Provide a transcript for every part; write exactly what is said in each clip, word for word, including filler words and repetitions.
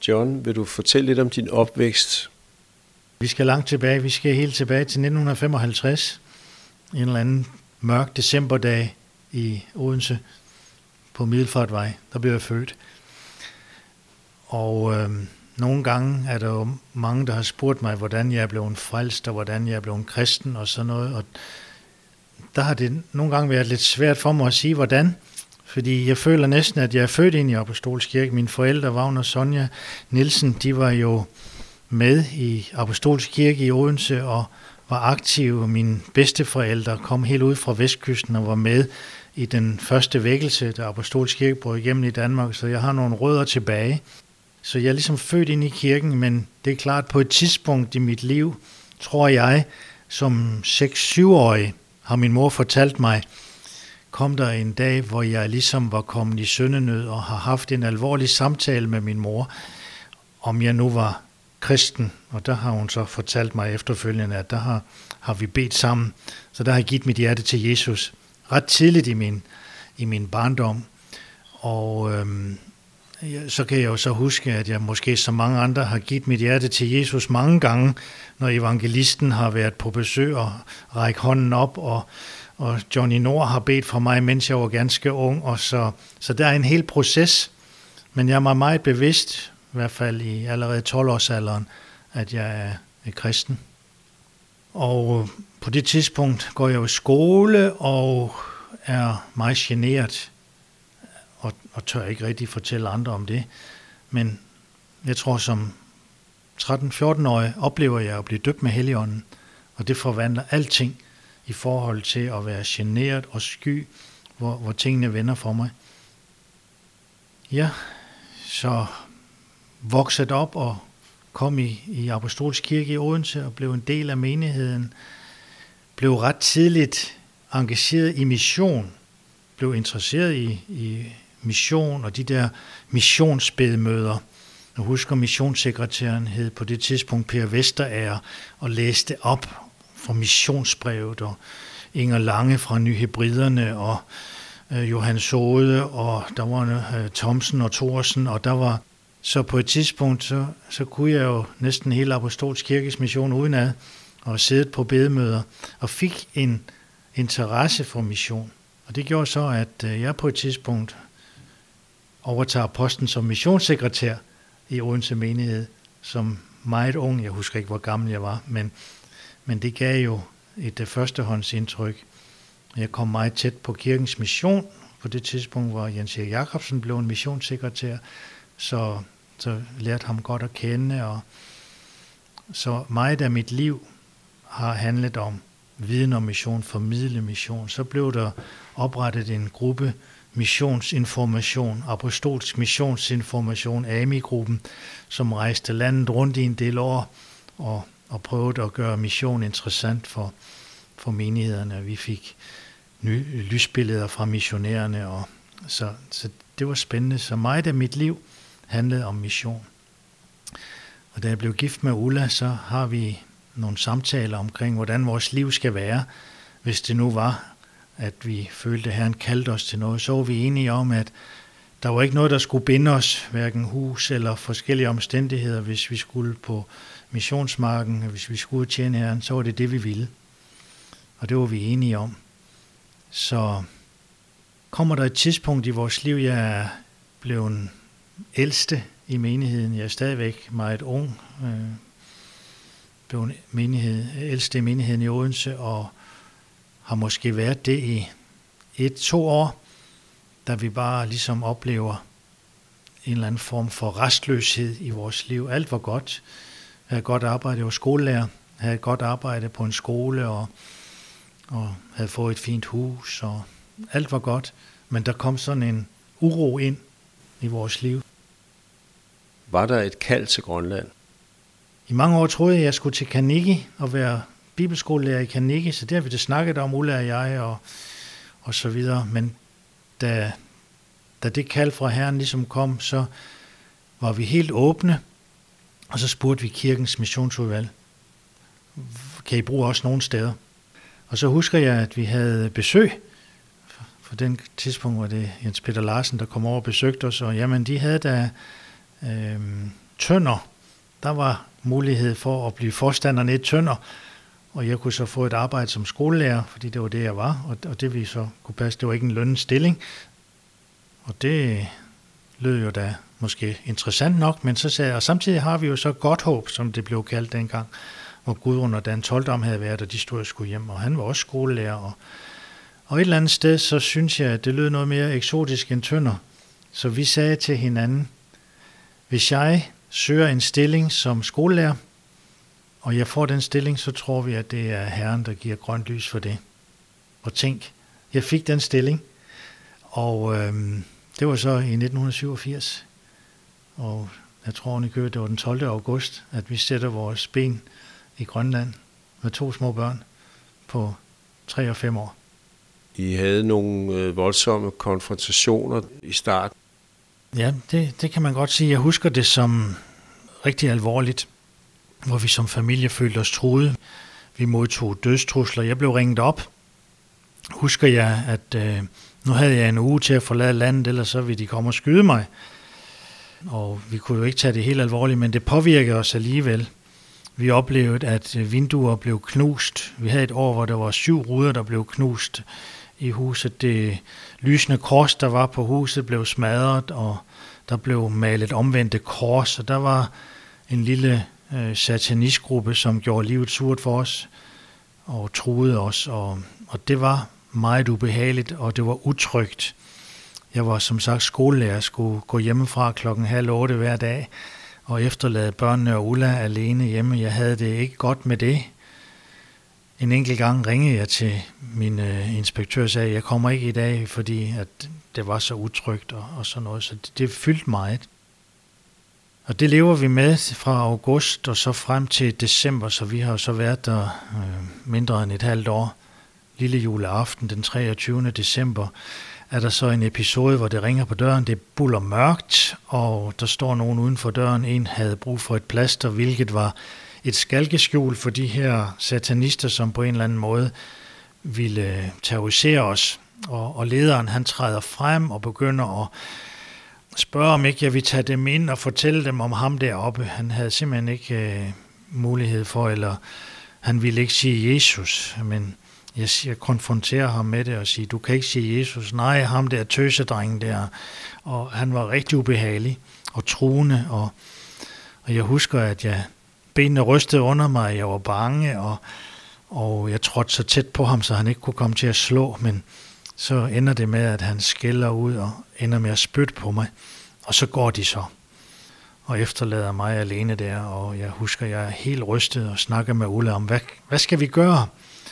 John, vil du fortælle lidt om din opvækst? Vi skal langt tilbage. Vi skal helt tilbage til nitten femoghalvtreds. En eller anden mørk decemberdag i Odense på Middelfartvej. Der blev jeg født. Og øh, nogle gange er der jo mange, der har spurgt mig, hvordan jeg er blevet frelst, og hvordan jeg er blevet kristen og sådan noget. Og der har det nogle gange været lidt svært for mig at sige, hvordan. Fordi jeg føler næsten, at jeg er født ind i Apostolsk Kirke. Mine forældre, Vagn og Sonja Nielsen, de var jo med i Apostolsk Kirke i Odense og var aktive. Mine bedsteforældre kom helt ud fra Vestkysten og var med i den første vækkelse, der Apostolsk Kirke brød igennem i Danmark. Så jeg har nogle rødder tilbage. Så jeg er ligesom født ind i kirken, men det er klart, på et tidspunkt i mit liv, tror jeg, som seks-syv-årig, har min mor fortalt mig, kom der en dag, hvor jeg ligesom var kommet i syndenød og har haft en alvorlig samtale med min mor, om jeg nu var kristen. Og der har hun så fortalt mig efterfølgende, at der har, har vi bedt sammen. Så der har jeg givet mit hjerte til Jesus ret tidligt i min, i min barndom. Og øhm, så kan jeg jo så huske, at jeg måske som mange andre har givet mit hjerte til Jesus mange gange, når evangelisten har været på besøg og række hånden op, og, og Johnny Nord har bedt for mig, mens jeg var ganske ung. Og så, så der er en hel proces, men jeg er mig meget bevidst, i hvert fald i allerede tolv-årsalderen, at jeg er, er kristen. Og på det tidspunkt går jeg i skole og er meget generet, og, og tør ikke rigtig fortælle andre om det. Men jeg tror, som tretten-fjorten-årig oplever jeg at blive døbt med Helligånden, og det forvandler alting i forhold til at være generet og sky, hvor, hvor tingene vender for mig. Ja, så voksede op og kom i, i Apostolsk Kirke i Odense og blev en del af menigheden. Blev ret tidligt engageret i mission. Blev interesseret i, i mission og de der missionsbedemøder. Jeg husker, missionssekretæren hed på det tidspunkt Per Vesterager og læste op fra missionsbrevet, og Inger Lange fra Nyhebriderne og øh, Johan Sode, og der var øh, Thomsen og Thorsen, og der var så på et tidspunkt, så, så kunne jeg jo næsten hele Apostolsk Kirkes mission udenad, og siddet på bedemøder, og fik en interesse for mission. Og det gjorde så, at jeg på et tidspunkt overtager posten som missionssekretær i Odense menighed, som meget ung. Jeg husker ikke, hvor gammel jeg var, men, men det gav jo et førstehåndsindtryk. Jeg kom meget tæt på kirkens mission. På det tidspunkt, hvor Jens Erik Jacobsen blev en missionssekretær, så, så lærte ham godt at kende. Og så meget af mit liv har handlet om viden om mission, formidle mission. Så blev der oprettet en gruppe missionsinformation, apostolsk missionsinformation, A M I-gruppen, som rejste landet rundt i en del år og, og prøvede at gøre mission interessant for, for menighederne. Vi fik nye lysbilleder fra missionærerne, og så, så det var spændende. Så meget af mit liv handlede om mission. Og da jeg blev gift med Ulla, så har vi nogle samtaler omkring, hvordan vores liv skal være, hvis det nu var, at vi følte, at Herren kaldte os til noget. Så var vi enige om, at der var ikke noget, der skulle binde os, hverken hus eller forskellige omstændigheder, hvis vi skulle på missionsmarken, hvis vi skulle tjene Herren, så var det det, vi ville. Og det var vi enige om. Så kommer der et tidspunkt i vores liv, jeg er blevet ældste i menigheden. Jeg er stadigvæk meget ung, øh, blev menighed, ældste i menigheden i Odense, og har måske været det i et, to år, da vi bare ligesom oplever en eller anden form for restløshed i vores liv. Alt var godt. Jeg havde godt arbejde, jeg var skolelærer, jeg havde godt arbejde på en skole, og, og havde fået et fint hus, og alt var godt. Men der kom sådan en uro ind i vores liv. Var der et kald til Grønland? I mange år troede jeg, at jeg skulle til Carnegie og være bibelskolelærer i Carnegie, så det har vi det snakket om, Ulla og jeg, og, og så videre. Men da, da det kald fra Herren ligesom kom, så var vi helt åbne, og så spurgte vi kirkens missionsudvalg, kan I bruge os nogle steder? Og så husker jeg, at vi havde besøg. For den tidspunkt var det Jens Peter Larsen, der kom over og besøgte os, og jamen, de havde da øh, Tønder. Der var mulighed for at blive forstander ned i Tønder, og jeg kunne så få et arbejde som skolelærer, fordi det var det, jeg var, og, og det vi så kunne passe, det var ikke en lønnet stilling. Og det lød jo da måske interessant nok, men så sagde jeg, og samtidig har vi jo så Godthåb, som det blev kaldt dengang, hvor Gudrun og Dan Toldam havde været, og de stod og skulle hjem, og han var også skolelærer. Og, og et eller andet sted, så synes jeg, at det lød noget mere eksotisk end Tønder. Så vi sagde til hinanden, hvis jeg søger en stilling som skolelærer, og jeg får den stilling, så tror vi, at det er Herren, der giver grønt lys for det. Og tænk, jeg fik den stilling, og øhm, det var så i nitten syvogfirs, og jeg tror, det var den tolvte august, at vi sætter vores ben i Grønland med to små børn på tre og fem år. I havde nogle øh, voldsomme konfrontationer i starten. Ja, det, det kan man godt sige. Jeg husker det som rigtig alvorligt, hvor vi som familie følte os truet. Vi modtog dødstrusler. Jeg blev ringet op. Husker jeg, at øh, nu havde jeg en uge til at forlade landet, ellers så ville de komme og skyde mig. Og vi kunne jo ikke tage det helt alvorligt, men det påvirkede os alligevel. Vi oplevede, at vinduer blev knust. Vi havde et år, hvor der var syv ruder, der blev knust i huset. Det lysende kors, der var på huset, blev smadret, og der blev malet omvendte kors. Og der var en lille øh, satanistgruppe, som gjorde livet surt for os og truede os. Og, og det var meget ubehageligt, og det var utrygt. Jeg var som sagt skolelærer, skulle gå hjemmefra klokken halv otte hver dag, og efterlade børnene og Ulla alene hjemme. Jeg havde det ikke godt med det. En enkelt gang ringede jeg til min øh, inspektør og sagde, at jeg kommer ikke i dag, fordi at det var så utrygt og, og sådan noget. Så det, det fyldte meget. Og det lever vi med fra august og så frem til december, så vi har så været der øh, mindre end et halvt år. Lille juleaften den treogtyvende december er der så en episode, hvor det ringer på døren. Det er buller mørkt, og der står nogen uden for døren. En havde brug for et plaster, hvilket var et skalkeskjul for de her satanister, som på en eller anden måde ville terrorisere os. Og, og lederen, han træder frem og begynder at spørge, om ikke jeg vil tage dem ind og fortælle dem om ham deroppe. Han havde simpelthen ikke øh, mulighed for, eller han ville ikke sige Jesus, men jeg, jeg konfronterer ham med det og siger, du kan ikke sige Jesus. Nej, ham der tøsedrengen der. Og han var rigtig ubehagelig og truende, og, og jeg husker, at jeg benene rystede under mig, jeg var bange, og, og jeg trådte så tæt på ham, så han ikke kunne komme til at slå, men så ender det med, at han skælder ud og ender med at spytte på mig, og så går de så og efterlader mig alene der, og jeg husker, jeg er helt rystet og snakker med Ulla om, hvad, hvad skal vi gøre?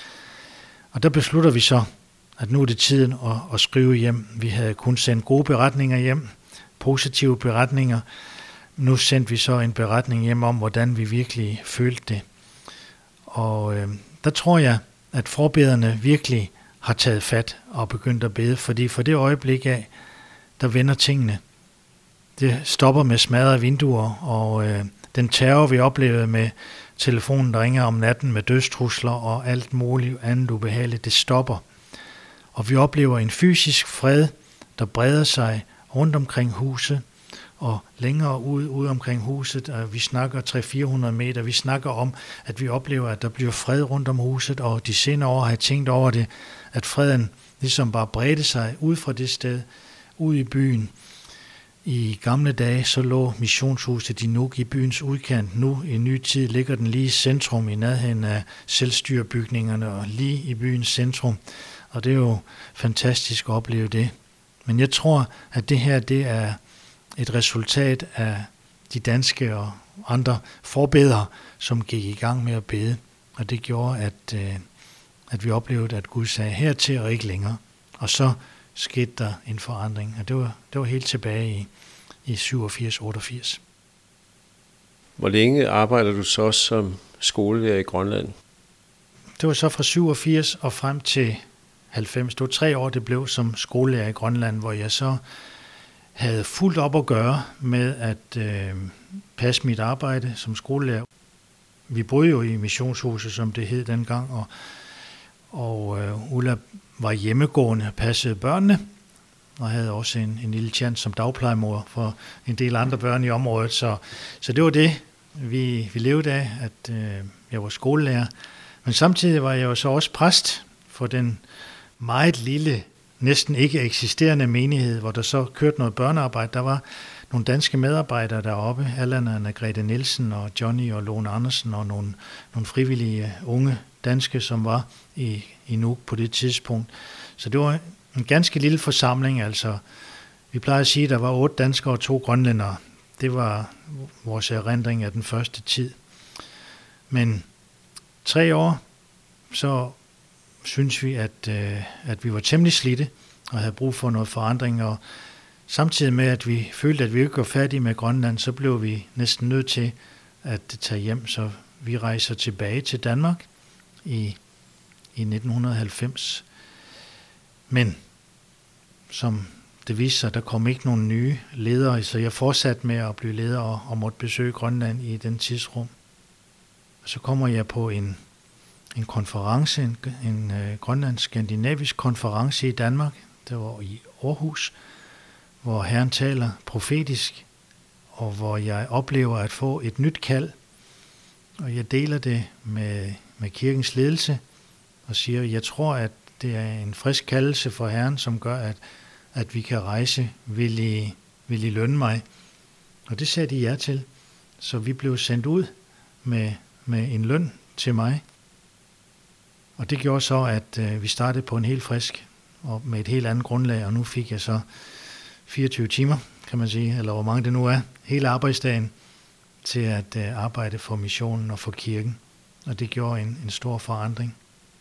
Og der beslutter vi så, at nu er det tiden at, at skrive hjem. Vi havde kun sendt gode beretninger hjem, positive beretninger. Nu sendte vi så en beretning hjem om, hvordan vi virkelig følte det. Og øh, der tror jeg, at forbederne virkelig har taget fat og begyndt at bede, fordi for det øjeblik af, der vender tingene. Det stopper med smadrede vinduer, og øh, den terror, vi oplevede med telefonen, der ringer om natten med dødstrusler og alt muligt andet ubehageligt, det stopper. Og vi oplever en fysisk fred, der breder sig rundt omkring huset, og længere ud, ud omkring huset, og vi snakker tre til fire hundrede meter, vi snakker om, at vi oplever, at der bliver fred rundt om huset, og de senere år har jeg tænkt over det, at freden ligesom bare bredte sig ud fra det sted, ud i byen. I gamle dage så lå missionshuset i Nuuk i byens udkant. Nu i ny tid ligger den lige i centrum, i nærheden af selvstyrebygningerne og lige i byens centrum. Og det er jo fantastisk at opleve det. Men jeg tror, at det her det er et resultat af de danske og andre forbedere, som gik i gang med at bede. Og det gjorde, at, at vi oplevede, at Gud sagde hertil og ikke længere. Og så skete der en forandring, og det var, det var helt tilbage i, i syvogfirs otteogfirs. Hvor længe arbejder du så som skolelærer i Grønland? Det var så fra syvogfirs og frem til halvfems. Det var tre år, det blev som skolelærer i Grønland, hvor jeg så havde fuldt op at gøre med at øh, passe mit arbejde som skolelærer. Vi boede jo i missionshuset, som det hed dengang, og, og øh, Ulla var hjemmegående, passede børnene, og havde også en, en lille tjans som dagplejemor for en del andre børn i området. Så, så det var det, vi, vi levede af, at øh, jeg var skolelærer. Men samtidig var jeg jo så også præst for den meget lille, næsten ikke eksisterende menighed, hvor der så kørte noget børnearbejde. Der var nogle danske medarbejdere deroppe, Allan og Anna-Grete Nielsen og Johnny og Lone Andersen og nogle, nogle frivillige unge danske, som var i, i Nuuk på det tidspunkt. Så det var en ganske lille forsamling. Altså, vi plejer at sige, at der var otte danskere og to grønlændere. Det var vores erindring af den første tid. Men tre år, så synes vi, at, øh, at vi var temmelig slidte og havde brug for noget forandring. Og samtidig med, at vi følte, at vi ikke var færdige med Grønland, så blev vi næsten nødt til at tage hjem. Så vi rejser tilbage til Danmark i, i nitten halvfems. Men som det viste sig, der kom ikke nogen nye ledere, så jeg fortsatte med at blive leder og, og måtte besøge Grønland i den tidsrum. Og så kommer jeg på en, en konference, en, en uh, grønlandsk-skandinavisk konference i Danmark. Det var i Aarhus, hvor Herren taler profetisk, og hvor jeg oplever at få et nyt kald. Og jeg deler det med, med kirkens ledelse og siger, at jeg tror, at det er en frisk kaldelse for Herren, som gør, at, at vi kan rejse. Vil I, vil I lønne mig? Og det sagde de ja til. Så vi blev sendt ud med, med en løn til mig. Og det gjorde så, at øh, vi startede på en helt frisk og med et helt andet grundlag, og nu fik jeg så fireogtyve timer, kan man sige, eller hvor mange det nu er, hele arbejdsdagen til at øh, arbejde for missionen og for kirken. Og det gjorde en, en stor forandring.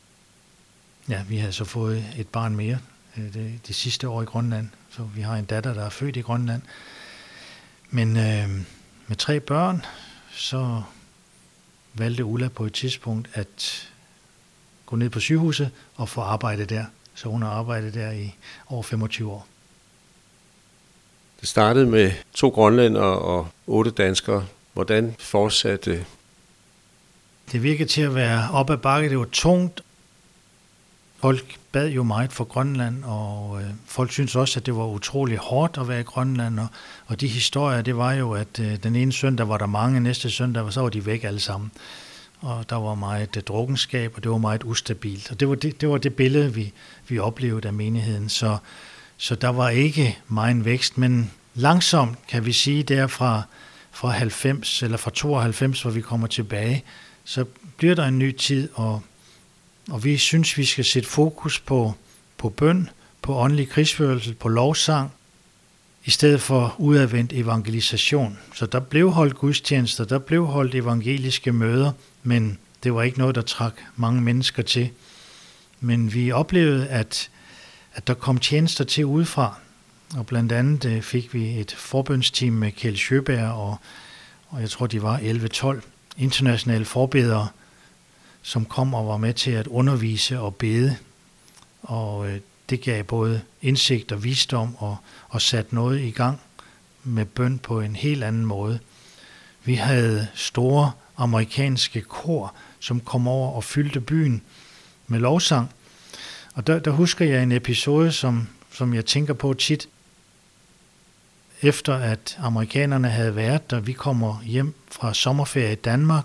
Ja, vi havde så fået et barn mere øh, det, det sidste år i Grønland, så vi har en datter, der er født i Grønland. Men øh, med tre børn, så valgte Ulla på et tidspunkt at gå ned på sygehuset og få arbejde der. Så hun har arbejdet der i over femogtyve år. Det startede med to grønlændere og otte danskere. Hvordan fortsatte det? Det virkede til at være op ad bakke. Det var tungt. Folk bad jo meget for Grønland, og øh, folk syntes også, at det var utrolig hårdt at være i Grønland. Og, og de historier, det var jo, at øh, den ene søndag var der mange, næste søndag så var de væk alle sammen. Og der var meget øh, drukkenskab, og det var meget ustabilt. Og det var det, det, var det billede, vi, vi oplevede af menigheden. Så, så der var ikke meget vækst, men langsomt kan vi sige, derfra fra halvfems, eller fra tooghalvfems, hvor vi kommer tilbage, så bliver der en ny tid, og Og vi synes, vi skal sætte fokus på, på bøn, på åndelig krigsførelse, på lovsang, i stedet for udadvendt evangelisation. Så der blev holdt gudstjenester, der blev holdt evangeliske møder, men det var ikke noget, der trak mange mennesker til. Men vi oplevede, at, at der kom tjenester til udefra, og blandt andet fik vi et forbønsteam med Kjeld Sjøberg, og, og jeg tror, de var elleve tolv internationale forbedere, som kom og var med til at undervise og bede. Og øh, det gav både indsigt og visdom og, og sat noget i gang med bøn på en helt anden måde. Vi havde store amerikanske kor, som kom over og fyldte byen med lovsang. Og der, der husker jeg en episode, som, som jeg tænker på tit. Efter at amerikanerne havde været der, vi kommer hjem fra sommerferie i Danmark,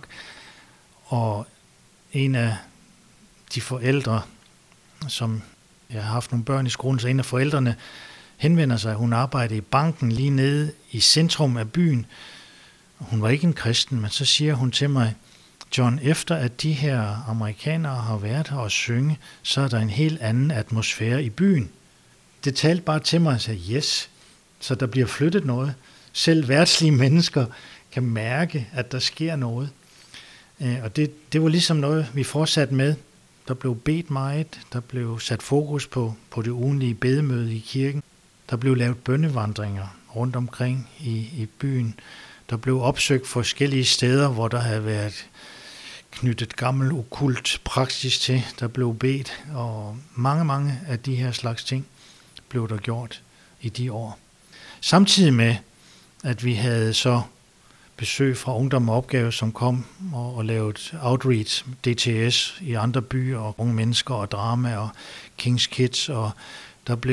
og en af de forældre, som jeg har haft nogle børn i skolen, så en af forældrene henvender sig. Hun arbejder i banken lige nede i centrum af byen. Hun var ikke en kristen, men så siger hun til mig, John, efter at de her amerikanere har været her og synge, så er der en helt anden atmosfære i byen. Det talte bare til mig og sagde, yes, så der bliver flyttet noget. Selv værtslige mennesker kan mærke, at der sker noget. Og det, det var ligesom noget, vi fortsatte med. Der blev bedt meget, der blev sat fokus på, på det ugenlige bedemøde i kirken. Der blev lavet bønnevandringer rundt omkring i, i byen. Der blev opsøgt forskellige steder, hvor der havde været knyttet gammel okkult praksis til. Der blev bedt, og mange, mange af de her slags ting blev der gjort i de år. Samtidig med, at vi havde så besøg fra Ungdom og Opgave, som kom og, og lavede outreach, D T S i andre byer, og unge mennesker og drama og Kings Kids, og der blev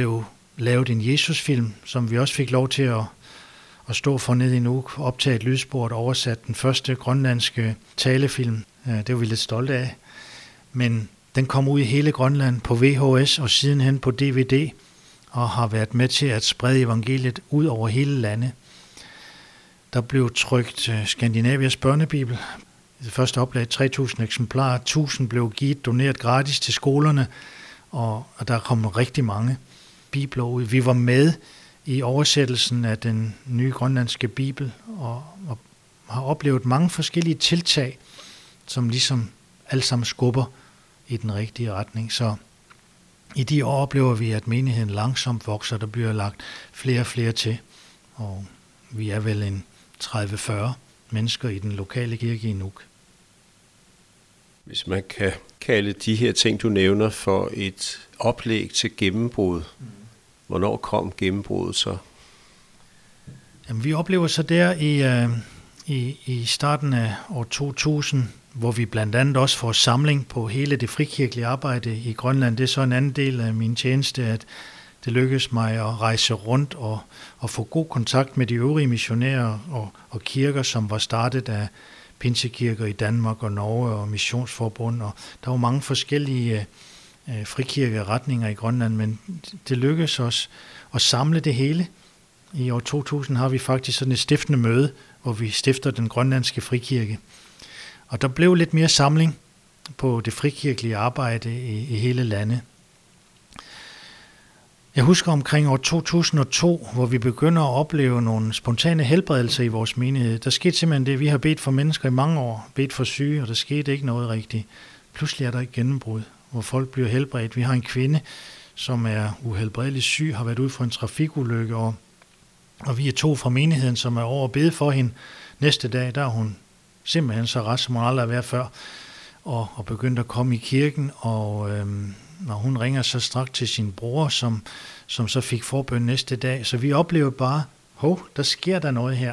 lavet en Jesusfilm, som vi også fik lov til at, at stå for ned i Nuuk, optage et lydspor og oversat den første grønlandske talefilm. Det var vi lidt stolte af. Men den kom ud i hele Grønland på V H S og sidenhen på D V D, og har været med til at sprede evangeliet ud over hele landet. Der blev trykt Skandinavias børnebibel. Det første oplag tre tusind eksemplarer. tusind blev givet doneret gratis til skolerne, og, og der kom rigtig mange bibler ud. Vi var med i oversættelsen af den nye grønlandske bibel, og, og har oplevet mange forskellige tiltag, som ligesom alle sammen skubber i den rigtige retning. Så i de år oplever vi, at menigheden langsomt vokser, der bliver lagt flere og flere til, og vi er vel en tredive til fyrre mennesker i den lokale kirke i Nuuk. Hvis man kan kalde de her ting, du nævner, for et oplæg til gennembrud, mm. hvornår kom gennembruddet så? Jamen, vi oplever så der i, uh, i, i starten af år to tusind, hvor vi blandt andet også får samling på hele det frikirkelige arbejde i Grønland. Det er så en anden del af min tjeneste, at det lykkedes mig at rejse rundt og, og få god kontakt med de øvrige missionærer og, og kirker, som var startet af pinsekirker i Danmark og Norge og Missionsforbund. Og der var mange forskellige øh, frikirkeretninger i Grønland, men det lykkedes os at samle det hele. I år to tusind har vi faktisk sådan et stiftende møde, hvor vi stifter den grønlandske frikirke. Og der blev lidt mere samling på det frikirkelige arbejde i, i hele landet. Jeg husker omkring år to tusind og to, hvor vi begynder at opleve nogle spontane helbredelser i vores menighed. Der skete simpelthen det, vi har bedt for mennesker i mange år, bedt for syge, og der skete ikke noget rigtigt. Pludselig er der et gennembrud, hvor folk bliver helbredt. Vi har en kvinde, som er uhelbredeligt syg, har været ude for en trafikulykke, og, og vi er to fra menigheden, som er over og bede for hende. Næste dag, der er hun simpelthen så ret, som hun aldrig har været før, og, og begyndte at komme i kirken, og øhm, når hun ringer så straks til sin bror, som, som så fik forbøn næste dag. Så vi oplever bare, hov, der sker der noget her.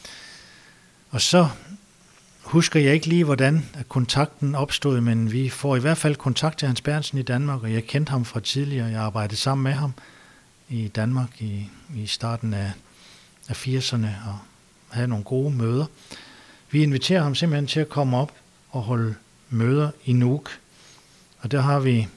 Og så husker jeg ikke lige, hvordan kontakten opstod, men vi får i hvert fald kontakt til Hans Berntsen i Danmark, og jeg kendte ham fra tidligere. Jeg arbejdede sammen med ham i Danmark i, i starten af, af firserne og havde nogle gode møder. Vi inviterer ham simpelthen til at komme op og holde møder i Nuuk. Og der har vi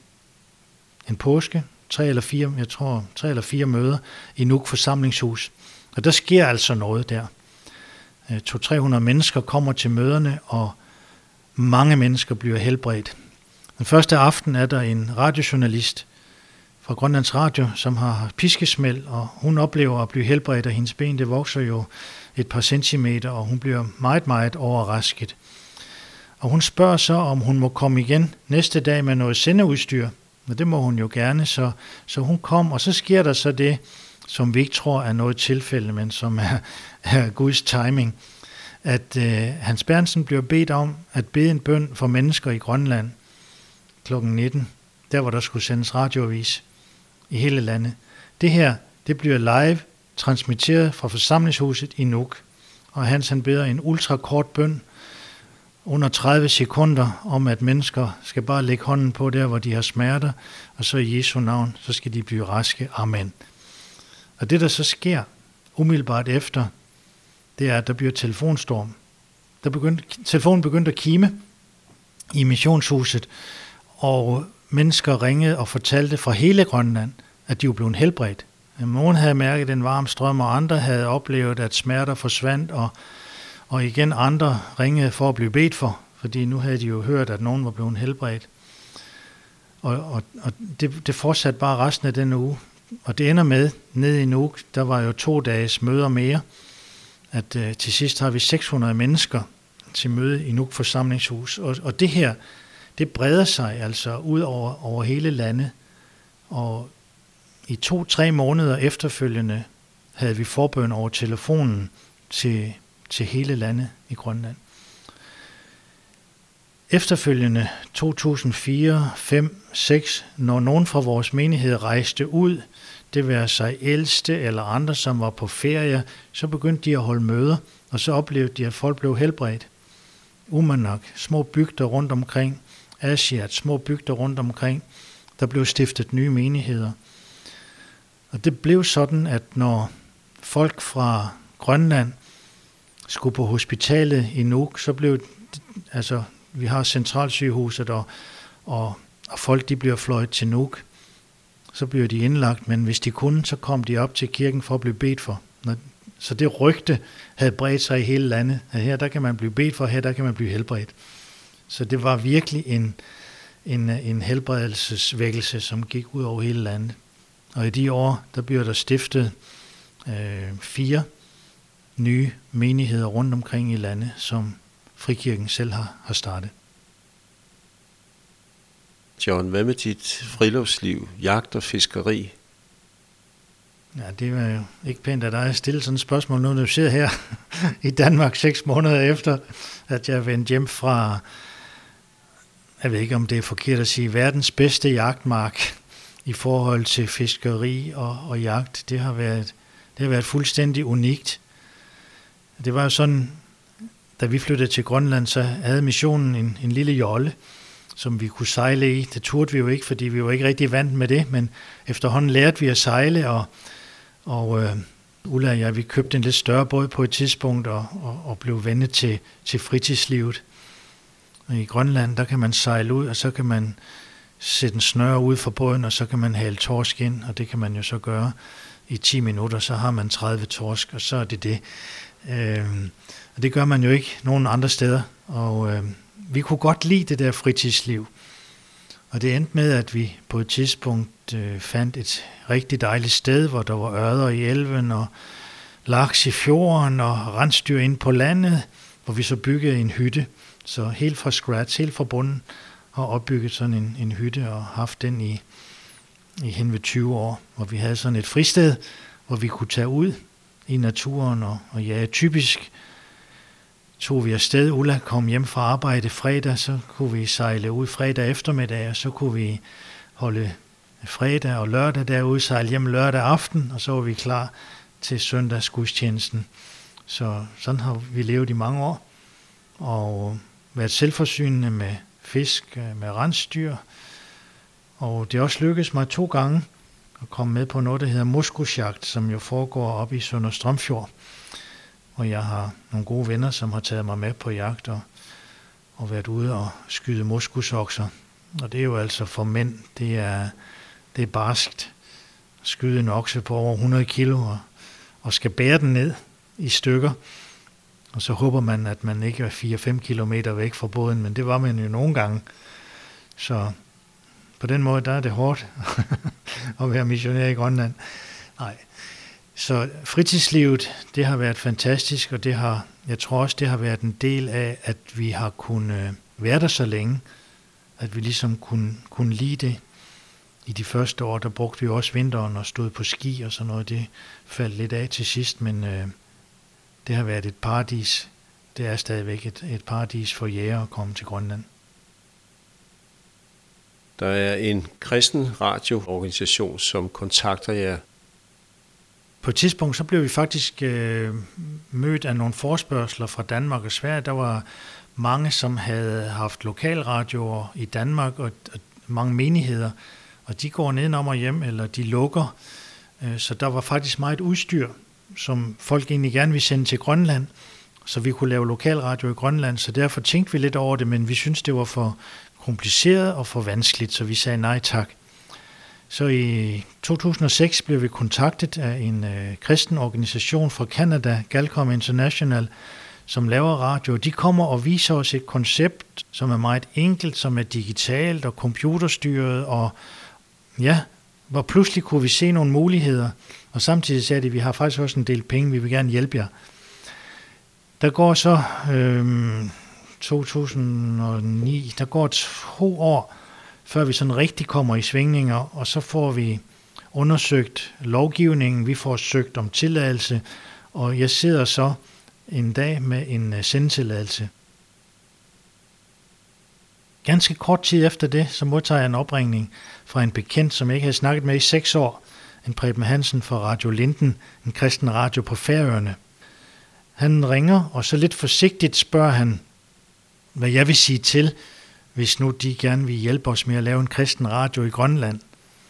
en påske, tre eller fire, jeg tror, tre eller fire møder i Nuuk forsamlingshus. Og der sker altså noget der. to til tre hundrede mennesker kommer til møderne, og mange mennesker bliver helbredt. Den første aften er der en radiojournalist fra Grønlands Radio, som har piskesmæld, og hun oplever at blive helbredt, og hendes ben det vokser jo et par centimeter, og hun bliver meget, meget overrasket. Og hun spørger så, om hun må komme igen næste dag med noget sendeudstyr. Og det må hun jo gerne, så, så hun kom, og så sker der så det, som vi ikke tror er noget tilfælde, men som er, er Guds timing, at øh, Hans Berntsen bliver bedt om at bede en bøn for mennesker i Grønland klokken nitten, der hvor der skulle sendes radioavis i hele landet. Det her, det bliver live transmitteret fra forsamlingshuset i Nuuk, og Hans han beder en ultrakort bøn under tredive sekunder om, at mennesker skal bare lægge hånden på der, hvor de har smerter, og så i Jesu navn, så skal de blive raske. Amen. Og det, der så sker umiddelbart efter, det er, at der bliver telefonstorm. Der begyndte, telefonen begyndte at kime i missionshuset, og mennesker ringede og fortalte fra hele Grønland, at de var blevet helbredt. Nogen havde mærket den varme strøm, og andre havde oplevet, at smerter forsvandt, og, og igen andre ringede for at blive bedt for, fordi nu havde de jo hørt, at nogen var blevet helbredt. Og, og, og det, det fortsatte bare resten af den uge. Og det ender med, nede i Nuuk, der var jo to dages møder mere, at uh, til sidst har vi seks hundrede mennesker til møde i Nuuk forsamlingshus. Og, og det her, det breder sig altså ud over, over hele landet. Og i to-tre måneder efterfølgende havde vi forbøn over telefonen til, til hele landet i Grønland. Efterfølgende to tusind fire, fem, seks, når nogen fra vores menighed rejste ud, det var sig ældste eller andre, som var på ferie, så begyndte de at holde møder, og så oplevede de, at folk blev helbredt. Umanak, små bygder rundt omkring, Asiat, små bygder rundt omkring, der blev stiftet nye menigheder. Og det blev sådan, at når folk fra Grønland skulle på hospitalet i Nuuk, så blev, altså vi har centralsygehuset, og, og, og folk de bliver fløjet til Nuuk, så bliver de indlagt, men hvis de kunne, så kom de op til kirken for at blive bedt for. Så det rygte havde bredt sig i hele landet, at her der kan man blive bedt for, her der kan man blive helbredt. Så det var virkelig en, en, en helbredelsesvækkelse, som gik ud over hele landet. Og i de år, der bliver der stiftet øh, fire nye menigheder rundt omkring i landet, som Frikirken selv har, har startet. John, hvad med dit friluftsliv, jagt og fiskeri? Ja, det var jo ikke pænt af dig at stille sådan et spørgsmål, nu når du sidder her i Danmark seks måneder efter, at jeg er vendt hjem fra, jeg ved ikke om det er forkert at sige, verdens bedste jagtmark i forhold til fiskeri og, og jagt. Det har været, det har været fuldstændig unikt. Det var jo sådan, da vi flyttede til Grønland, så havde missionen en, en lille jolle, som vi kunne sejle i. Det turde vi jo ikke, fordi vi var ikke rigtig vant med det, men efterhånden lærte vi at sejle, og, og øh, Ulla og jeg, vi købte en lidt større båd på et tidspunkt, og, og, og blev vennet til, til fritidslivet. Og i Grønland, der kan man sejle ud, og så kan man sætte en snøre ud for båden, og så kan man hale torsk ind, og det kan man jo så gøre i ti minutter, så har man tredive torsk, og så er det det. Øh, og det gør man jo ikke nogen andre steder, og øh, vi kunne godt lide det der fritidsliv. Og det endte med, at vi på et tidspunkt øh, fandt et rigtig dejligt sted, hvor der var ørder i elven, og laks i fjorden, og rensdyr ind på landet, hvor vi så byggede en hytte. Så helt fra scratch, helt fra bunden, har opbygget sådan en, en hytte, og haft den i, i hen ved tyve år, hvor vi havde sådan et fristed, hvor vi kunne tage ud i naturen, og, og ja, typisk tog vi afsted. Ulla kom hjem fra arbejde fredag, så kunne vi sejle ud fredag eftermiddag, og så kunne vi holde fredag og lørdag derude, sejle hjem lørdag aften, og så var vi klar til søndagsgudstjenesten. Så sådan har vi levet i mange år, og været selvforsynende med fisk, med rensdyr, og det er også lykkedes mig to gange at komme med på noget, der hedder moskusjagt, som jo foregår op i Sønder Strømfjord. Og jeg har nogle gode venner, som har taget mig med på jagt og, og været ude og skyde moskusokser. Og det er jo altså for mænd, det er, det er barskt. Skyde en okse på over hundrede kilo og, og skal bære den ned i stykker. Og så håber man, at man ikke er fire til fem kilometer væk fra båden, men det var man jo nogle gange. Så på den måde, der er det hårdt at være missionær i Grønland. Nej. Så fritidslivet, det har været fantastisk, og det har, jeg tror også, det har været en del af, at vi har kunnet være der så længe, at vi ligesom kunne, kunne lide det. I de første år, der brugte vi også vinteren og stod på ski og sådan noget. Det faldt lidt af til sidst, men øh, det har været et paradis. Det er stadigvæk et, et paradis for jæger at komme til Grønland. Der er en kristen radioorganisation, som kontakter jer. På et tidspunkt så blev vi faktisk øh, mødt af nogle forespørgsler fra Danmark og Sverige. Der var mange, som havde haft lokalradioer i Danmark, og, og mange menigheder, og de går nedenom og hjem, eller de lukker. Øh, så der var faktisk meget udstyr, som folk egentlig gerne ville sende til Grønland, så vi kunne lave lokalradio i Grønland. Så derfor tænkte vi lidt over det, men vi syntes, det var for kompliceret og for vanskeligt, så vi sagde nej tak. Så i to tusind og seks blev vi kontaktet af en øh, kristen organisation fra Canada, Galcom International, som laver radio. De kommer og viser os et koncept, som er meget enkelt, som er digitalt og computerstyret, og ja, hvor pludselig kunne vi se nogle muligheder, og samtidig sagde de, at vi har faktisk også en del penge, vi vil gerne hjælpe jer. Der går så øh, to tusind og ni, der går to år, før vi sådan rigtig kommer i svingninger, og så får vi undersøgt lovgivningen, vi får søgt om tilladelse, og jeg sidder så en dag med en sendetilladelse. Ganske kort tid efter det, så modtager jeg en opringning fra en bekendt, som jeg ikke havde snakket med i seks år, en Preben Hansen fra Radio Linden, en kristen radio på Færøerne. Han ringer, og så lidt forsigtigt spørger han, hvad jeg vil sige til, hvis nu de gerne vil hjælpe os med at lave en kristen radio i Grønland.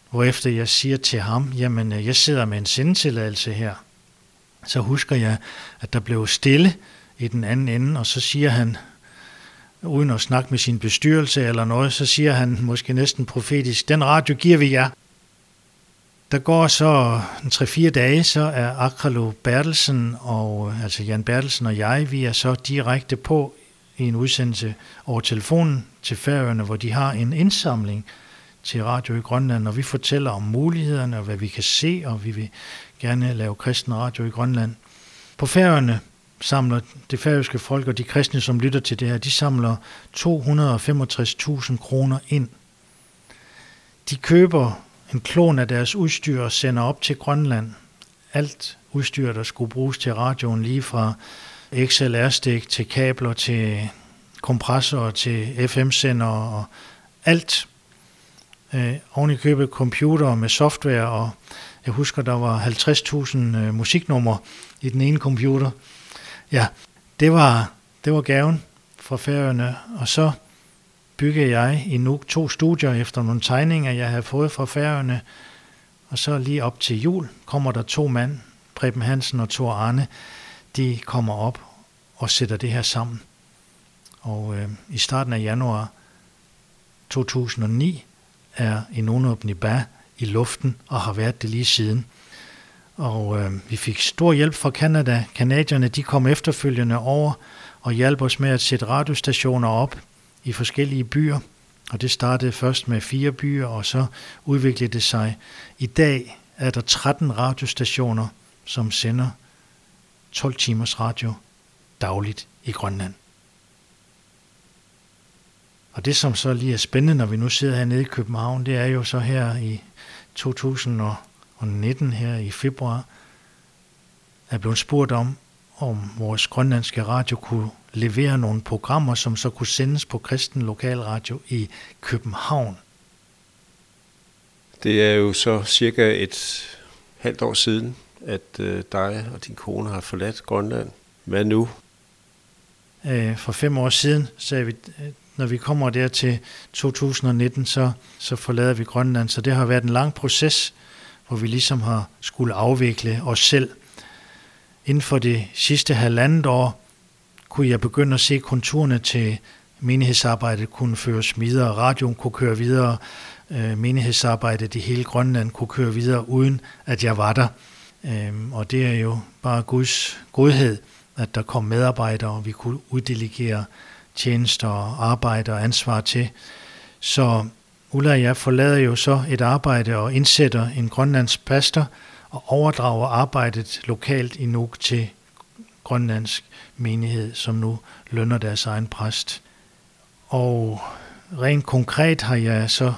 hvorefter jeg siger til ham, jamen jeg sidder med en sendetilladelse her. Så husker jeg, at der blev stille i den anden ende, og så siger han, uden at snakke med sin bestyrelse eller noget, så siger han måske næsten profetisk, den radio giver vi jer. Der går så en tre-fire dage, så er Akralo Bertelsen, og, altså Jan Bertelsen og jeg, vi er så direkte på i en udsendelse over telefonen til Færøerne, hvor de har en indsamling til Radio i Grønland, og vi fortæller om mulighederne og hvad vi kan se, og vi vil gerne lave kristen radio i Grønland. På Færøerne samler det færøske folk og de kristne, som lytter til det her, de samler to hundrede og femogtres tusind kroner ind. De køber en klon af deres udstyr og sender op til Grønland. Alt udstyr, der skulle bruges til radioen, lige fra X L R-stik til kabler til kompressorer til F M-sender og alt. Øh, oven i købet computer med software, og jeg husker, der var halvtreds tusind øh, musiknumre i den ene computer. Ja, det var, det var gaven fra Færøerne, og så byggede jeg i Nuuk to studier efter nogle tegninger, jeg havde fået fra Færøerne, og så lige op til jul kommer der to mand, Preben Hansen og Thor Arne, de kommer op og sætter det her sammen. Og øh, i starten af januar to tusind og ni er Inono Bniba i luften og har været det lige siden. Og øh, vi fik stor hjælp fra Canada. Canadierne, de kom efterfølgende over og hjalp os med at sætte radiostationer op i forskellige byer. Og det startede først med fire byer, og så udviklede det sig. I dag er der tretten radiostationer, som sender tolv timers radio dagligt i Grønland. Og det, som så lige er spændende, når vi nu sidder hernede i København, det er jo så her i to tusind og nitten, her i februar, er blevet spurgt om, om vores grønlandske radio kunne levere nogle programmer, som så kunne sendes på kristen lokalradio i København. Det er jo så cirka et halvt år siden, at øh, dig og din kone har forladt Grønland. Hvad nu? Øh, for fem år siden sagde vi, når vi kommer der til to tusind og nitten, så, så forlader vi Grønland. Så det har været en lang proces, hvor vi ligesom har skulle afvikle os selv. Inden for det sidste halvandet år kunne jeg begynde at se konturerne til menighedsarbejdet kunne føres videre, radioen kunne køre videre, øh, menighedsarbejdet i hele Grønland kunne køre videre, uden at jeg var der. Øhm, og det er jo bare Guds godhed, at der kom medarbejdere, og vi kunne uddelegere tjenester og arbejde og ansvar til. Så Ulla og jeg forlader jo så et arbejde og indsætter en grønlandsk pastor og overdrager arbejdet lokalt i Nuuk til grønlandsk menighed, som nu lønner deres egen præst. Og rent konkret har jeg så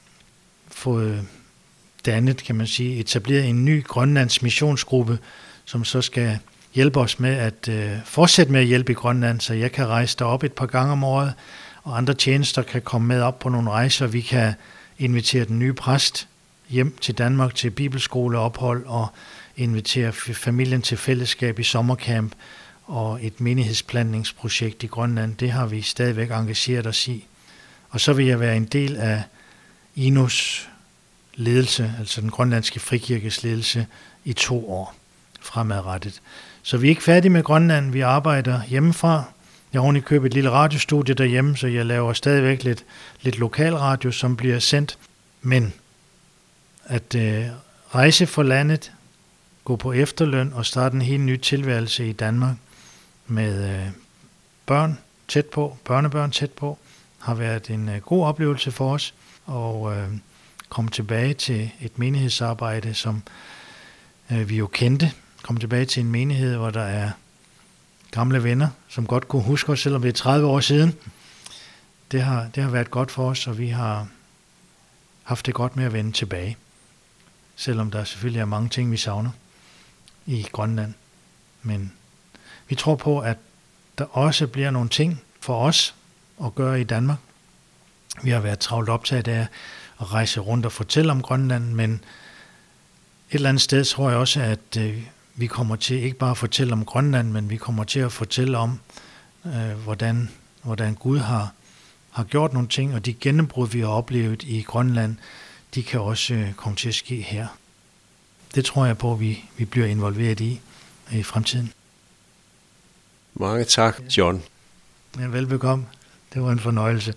fået dannet, kan man sige, etableret en ny grønlandsk missionsgruppe, som så skal hjælpe os med at øh, fortsætte med at hjælpe i Grønland, så jeg kan rejse derop et par gange om året, og andre tjenester kan komme med op på nogle rejser. Vi kan invitere den nye præst hjem til Danmark til bibelskoleophold og invitere familien til fællesskab i sommercamp og et menighedsplantningsprojekt i Grønland. Det har vi stadigvæk engageret os i. Og så vil jeg være en del af I N O's ledelse, altså den grønlandske frikirkes ledelse, i to år fremadrettet. Så vi er ikke færdige med Grønland, vi arbejder hjemmefra. Jeg har oven i købet et lille radiostudie derhjemme, så jeg laver stadigvæk lidt, lidt lokalradio, som bliver sendt. Men at øh, rejse for landet, gå på efterløn og starte en helt ny tilværelse i Danmark med øh, børn tæt på, børnebørn tæt på, har været en øh, god oplevelse for os. Og øh, komme tilbage til et menighedsarbejde, som øh, vi jo kendte. Komme tilbage til en menighed, hvor der er gamle venner, som godt kunne huske os, selvom det er tredive år siden. Det har, det har været godt for os, og vi har haft det godt med at vende tilbage. Selvom der selvfølgelig er mange ting, vi savner i Grønland. Men vi tror på, at der også bliver nogle ting for os at gøre i Danmark. Vi har været travlt optaget af at rejse rundt og fortælle om Grønland, men et eller andet sted tror jeg også, at øh, vi kommer til ikke bare at fortælle om Grønland, men vi kommer til at fortælle om, øh, hvordan, hvordan Gud har, har gjort nogle ting, og de gennembrud, vi har oplevet i Grønland, de kan også komme til at ske her. Det tror jeg på, at vi, vi bliver involveret i i fremtiden. Mange tak, John. Ja, velbekomme. Det var en fornøjelse.